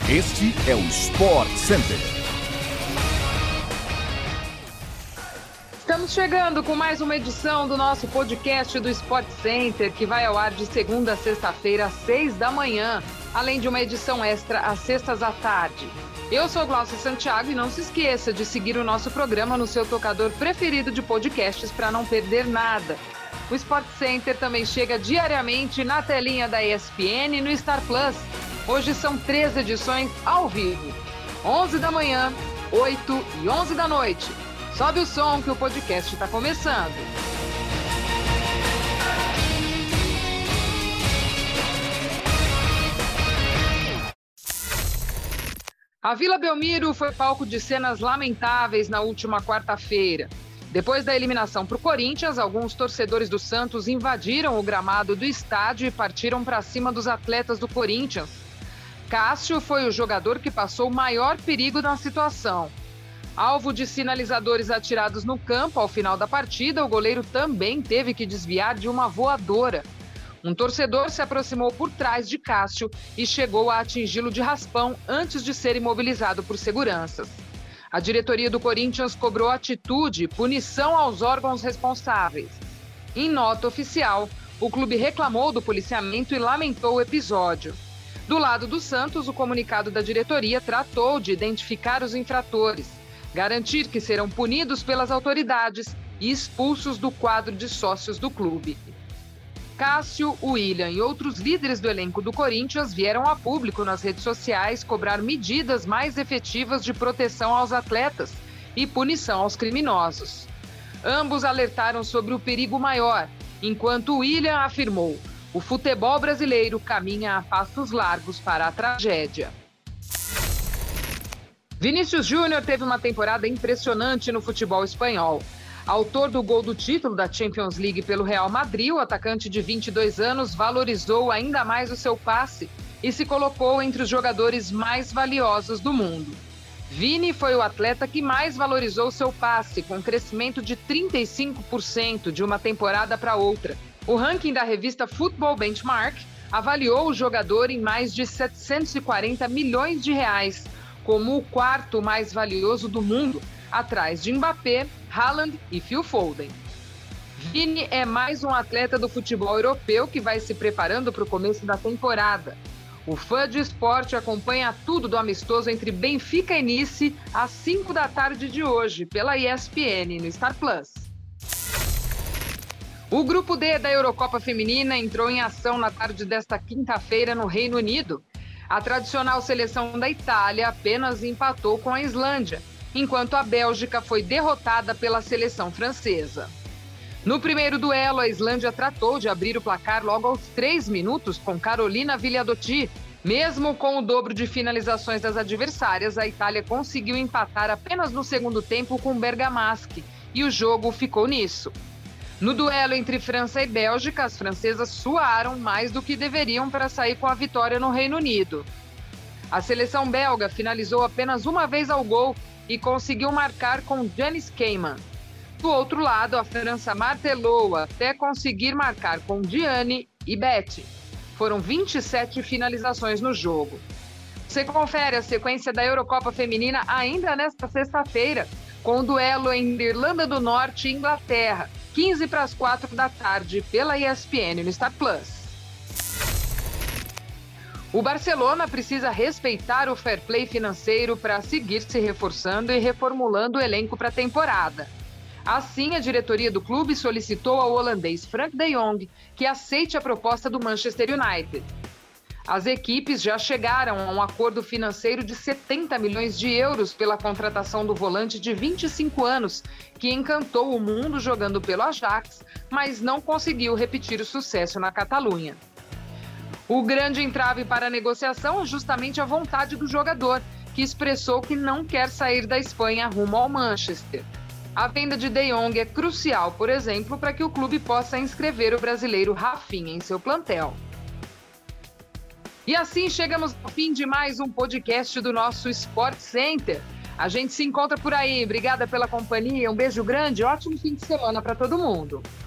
Este é o Sport Center. Estamos chegando com mais uma edição do nosso podcast do Sport Center, que vai ao ar de segunda a sexta-feira às 6 da manhã, além de uma edição extra às sextas à tarde. Eu sou Glaucia Santiago e não se esqueça de seguir o nosso programa no seu tocador preferido de podcasts para não perder nada. O Sport Center também chega diariamente na telinha da ESPN e no Star Plus. Hoje são 3 edições ao vivo, 11 da manhã, 8 e 11 da noite. Sobe o som que o podcast está começando. A Vila Belmiro foi palco de cenas lamentáveis na última quarta-feira. Depois da eliminação para o Corinthians, alguns torcedores do Santos invadiram o gramado do estádio e partiram para cima dos atletas do Corinthians. Cássio foi o jogador que passou o maior perigo na situação. Alvo de sinalizadores atirados no campo ao final da partida, o goleiro também teve que desviar de uma voadora. Um torcedor se aproximou por trás de Cássio e chegou a atingi-lo de raspão antes de ser imobilizado por seguranças. A diretoria do Corinthians cobrou atitude e punição aos órgãos responsáveis. Em nota oficial, o clube reclamou do policiamento e lamentou o episódio. Do lado do Santos, o comunicado da diretoria tratou de identificar os infratores, garantir que serão punidos pelas autoridades e expulsos do quadro de sócios do clube. Cássio, William e outros líderes do elenco do Corinthians vieram a público nas redes sociais cobrar medidas mais efetivas de proteção aos atletas e punição aos criminosos. Ambos alertaram sobre o perigo maior, enquanto William afirmou: o futebol brasileiro caminha a passos largos para a tragédia. Vinícius Júnior teve uma temporada impressionante no futebol espanhol. Autor do gol do título da Champions League pelo Real Madrid, o atacante de 22 anos valorizou ainda mais o seu passe e se colocou entre os jogadores mais valiosos do mundo. Vini foi o atleta que mais valorizou seu passe, com crescimento de 35% de uma temporada para outra. O ranking da revista Football Benchmark avaliou o jogador em mais de 740 milhões de reais, como o quarto mais valioso do mundo, atrás de Mbappé, Haaland e Phil Foden. Vini é mais um atleta do futebol europeu que vai se preparando para o começo da temporada. O fã de esporte acompanha tudo do amistoso entre Benfica e Nice às 5 da tarde de hoje, pela ESPN no Star Plus. O Grupo D da Eurocopa Feminina entrou em ação na tarde desta quinta-feira no Reino Unido. A tradicional seleção da Itália apenas empatou com a Islândia, enquanto a Bélgica foi derrotada pela seleção francesa. No primeiro duelo, a Islândia tratou de abrir o placar logo aos 3 minutos com Carolina Vigliadotti. Mesmo com o dobro de finalizações das adversárias, a Itália conseguiu empatar apenas no segundo tempo com Bergamaschi, e o jogo ficou nisso. No duelo entre França e Bélgica, as francesas suaram mais do que deveriam para sair com a vitória no Reino Unido. A seleção belga finalizou apenas uma vez ao gol e conseguiu marcar com Janice Keyman. Do outro lado, a França martelou até conseguir marcar com Diane e Betty. Foram 27 finalizações no jogo. Você confere a sequência da Eurocopa Feminina ainda nesta sexta-feira, com o duelo entre Irlanda do Norte e Inglaterra, 15 para as 4 da tarde, pela ESPN no Star Plus. O Barcelona precisa respeitar o fair play financeiro para seguir se reforçando e reformulando o elenco para a temporada. Assim, a diretoria do clube solicitou ao holandês Frank de Jong que aceite a proposta do Manchester United. As equipes já chegaram a um acordo financeiro de 70 milhões de euros pela contratação do volante de 25 anos, que encantou o mundo jogando pelo Ajax, mas não conseguiu repetir o sucesso na Catalunha. O grande entrave para a negociação é justamente a vontade do jogador, que expressou que não quer sair da Espanha rumo ao Manchester. A venda de De Jong é crucial, por exemplo, para que o clube possa inscrever o brasileiro Rafinha em seu plantel. E assim chegamos ao fim de mais um podcast do nosso Sport Center. A gente se encontra por aí. Obrigada pela companhia, um beijo grande, ótimo fim de semana para todo mundo.